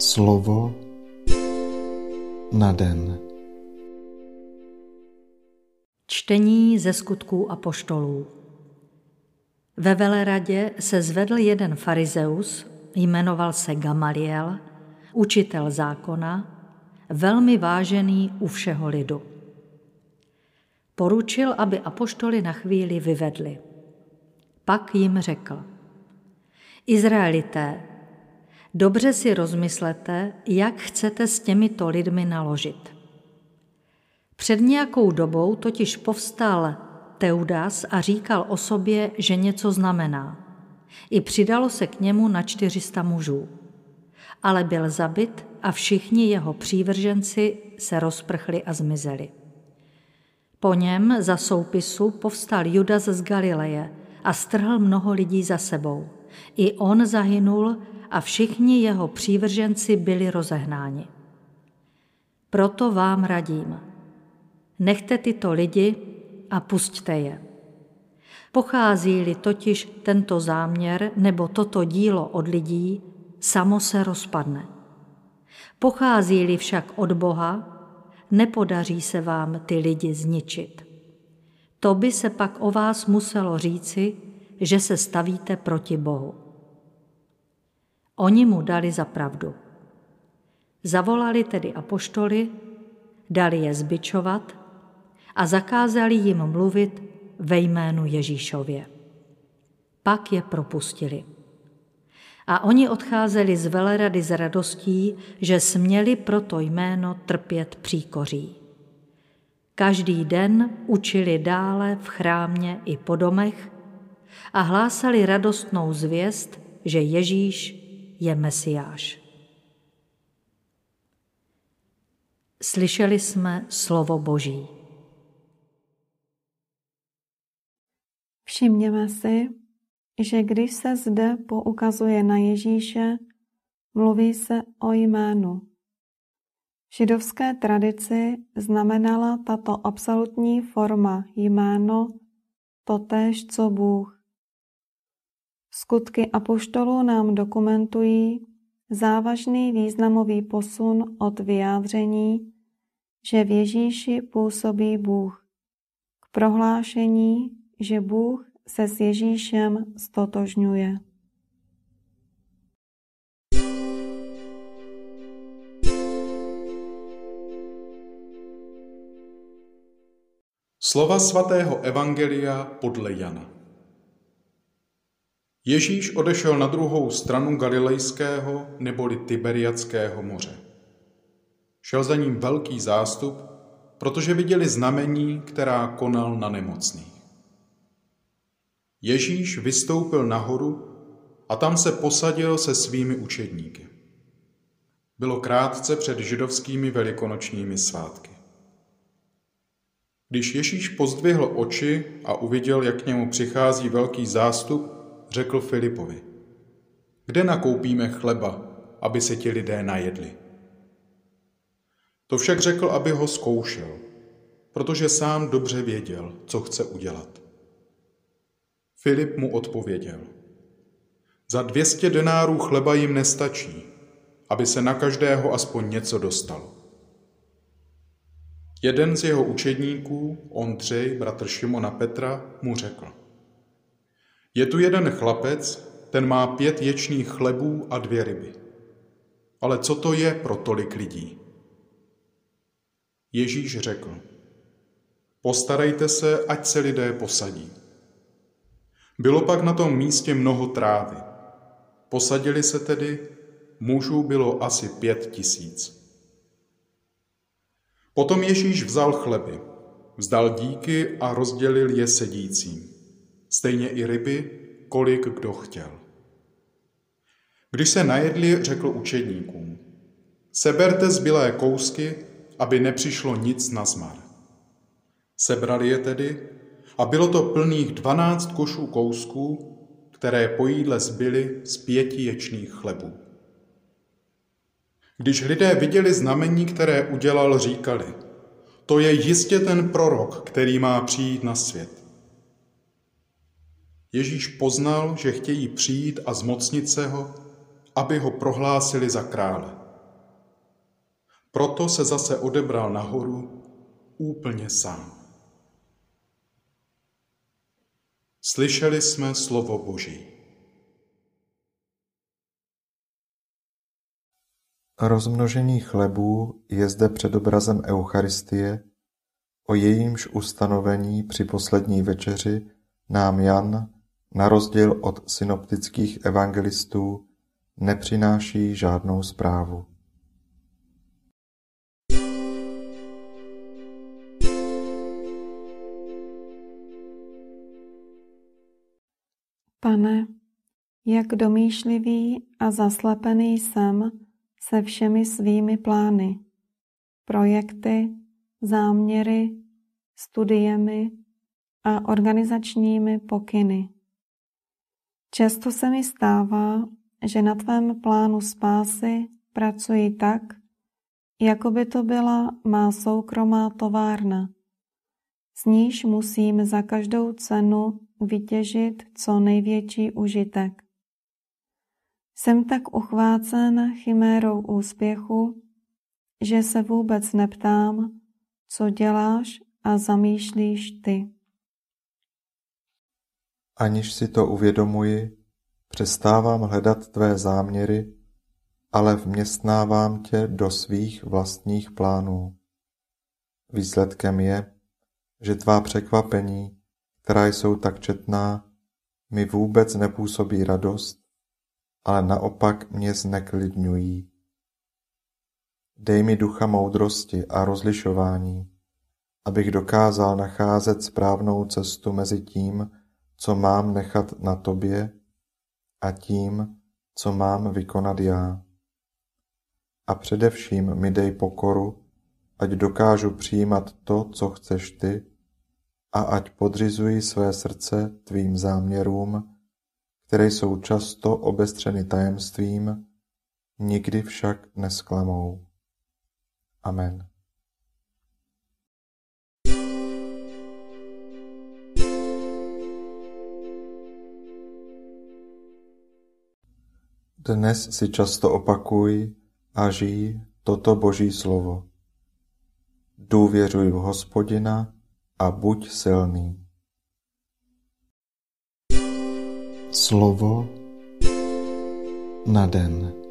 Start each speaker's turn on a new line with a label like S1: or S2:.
S1: Slovo na den.
S2: Čtení ze Skutků apoštolů. Ve veleradě se zvedl jeden farizeus, jmenoval se Gamaliel, učitel zákona, velmi vážený u všeho lidu. Poručil, aby apoštoly na chvíli vyvedli. Pak jim řekl: Izraelité, dobře si rozmyslete, jak chcete s těmito lidmi naložit. Před nějakou dobou totiž povstal Teudas a říkal o sobě, že něco znamená. I přidalo se k němu na 400 mužů. Ale byl zabit a všichni jeho přívrženci se rozprchli a zmizeli. Po něm za soupisu povstal Judas z Galileje a strhl mnoho lidí za sebou. I on zahynul a všichni jeho přívrženci byli rozehnáni. Proto vám radím, nechte tyto lidi a pusťte je. Pochází-li totiž tento záměr nebo toto dílo od lidí, samo se rozpadne. Pochází-li však od Boha, nepodaří se vám ty lidi zničit. To by se pak o vás muselo říci, že se stavíte proti Bohu. Oni mu dali za pravdu. Zavolali tedy apoštoly, dali je zbičovat a zakázali jim mluvit ve jménu Ježíšově. Pak je propustili. A oni odcházeli z velerady s radostí, že směli pro to jméno trpět příkoří. Každý den učili dále v chrámě i po domech a hlásali radostnou zvěst, že Ježíš je Mesiáš. Slyšeli jsme slovo Boží.
S3: Všimněme si, že když se zde poukazuje na Ježíše, mluví se o jménu. V židovské tradici znamenala tato absolutní forma jméno totéž co Bůh. Skutky apoštolů nám dokumentují závažný významový posun od vyjádření, že v Ježíši působí Bůh, k prohlášení, že Bůh se s Ježíšem ztotožňuje.
S4: Slova svatého evangelia podle Jana. Ježíš odešel na druhou stranu Galilejského neboli Tiberiadského moře. Šel za ním velký zástup, protože viděli znamení, která konal na nemocných. Ježíš vystoupil nahoru a tam se posadil se svými učedníky. Bylo krátce před židovskými velikonočními svátky. Když Ježíš pozdvihl oči a uviděl, jak k němu přichází velký zástup, řekl Filipovi: Kde nakoupíme chleba, aby se ti lidé najedli? To však řekl, aby ho zkoušel, protože sám dobře věděl, co chce udělat. Filip mu odpověděl: Za 200 denárů chleba jim nestačí, aby se na každého aspoň něco dostalo. Jeden z jeho učedníků, Ondřej, bratr Šimona Petra, mu řekl: Je tu jeden chlapec, ten má 5 ječných chlebů a 2 ryby. Ale co to je pro tolik lidí? Ježíš řekl: Postarejte se, ať se lidé posadí. Bylo pak na tom místě mnoho trávy. Posadili se tedy, mužů bylo asi 5 000. Potom Ježíš vzal chleby, vzdal díky a rozdělil je sedícím. Stejně i ryby, kolik kdo chtěl. Když se najedli, řekl učedníkům: Seberte zbylé kousky, aby nepřišlo nic nazmar. Sebrali je tedy a bylo to plných 12 košů kousků, které po jídle zbyly z 5 ječných chlebů. Když lidé viděli znamení, které udělal, říkali: To je jistě ten prorok, který má přijít na svět. Ježíš poznal, že chtějí přijít a zmocnit se ho, aby ho prohlásili za krále. Proto se zase odebral nahoru úplně sám. Slyšeli jsme slovo Boží.
S1: Rozmnožení chlebů je zde předobrazem Eucharistie, o jejímž ustanovení při poslední večeři nám Jan, na rozdíl od synoptických evangelistů, nepřináší žádnou zprávu.
S3: Pane, jak domýšlivý a zaslepený jsem se všemi svými plány, projekty, záměry, studiemi a organizačními pokyny. Často se mi stává, že na tvém plánu spásy pracuji tak, jako by to byla má soukromá továrna, z níž musím za každou cenu vytěžit co největší užitek. Jsem tak uchvácen chimérou úspěchu, že se vůbec neptám, co děláš a zamýšlíš ty.
S1: Aniž si to uvědomuji, přestávám hledat tvé záměry, ale vměstnávám tě do svých vlastních plánů. Výsledkem je, že tvá překvapení, která jsou tak četná, mi vůbec nepůsobí radost, ale naopak mě zneklidňují. Dej mi ducha moudrosti a rozlišování, abych dokázal nacházet správnou cestu mezi tím, co mám nechat na tobě, a tím, co mám vykonat já. A především mi dej pokoru, ať dokážu přijímat to, co chceš ty, a ať podřizuji své srdce tvým záměrům, které jsou často obestřeny tajemstvím, nikdy však nesklamou. Amen. Dnes si často opakuj a žij toto Boží slovo. Důvěřuj v Hospodina a buď silný.
S5: Slovo na den.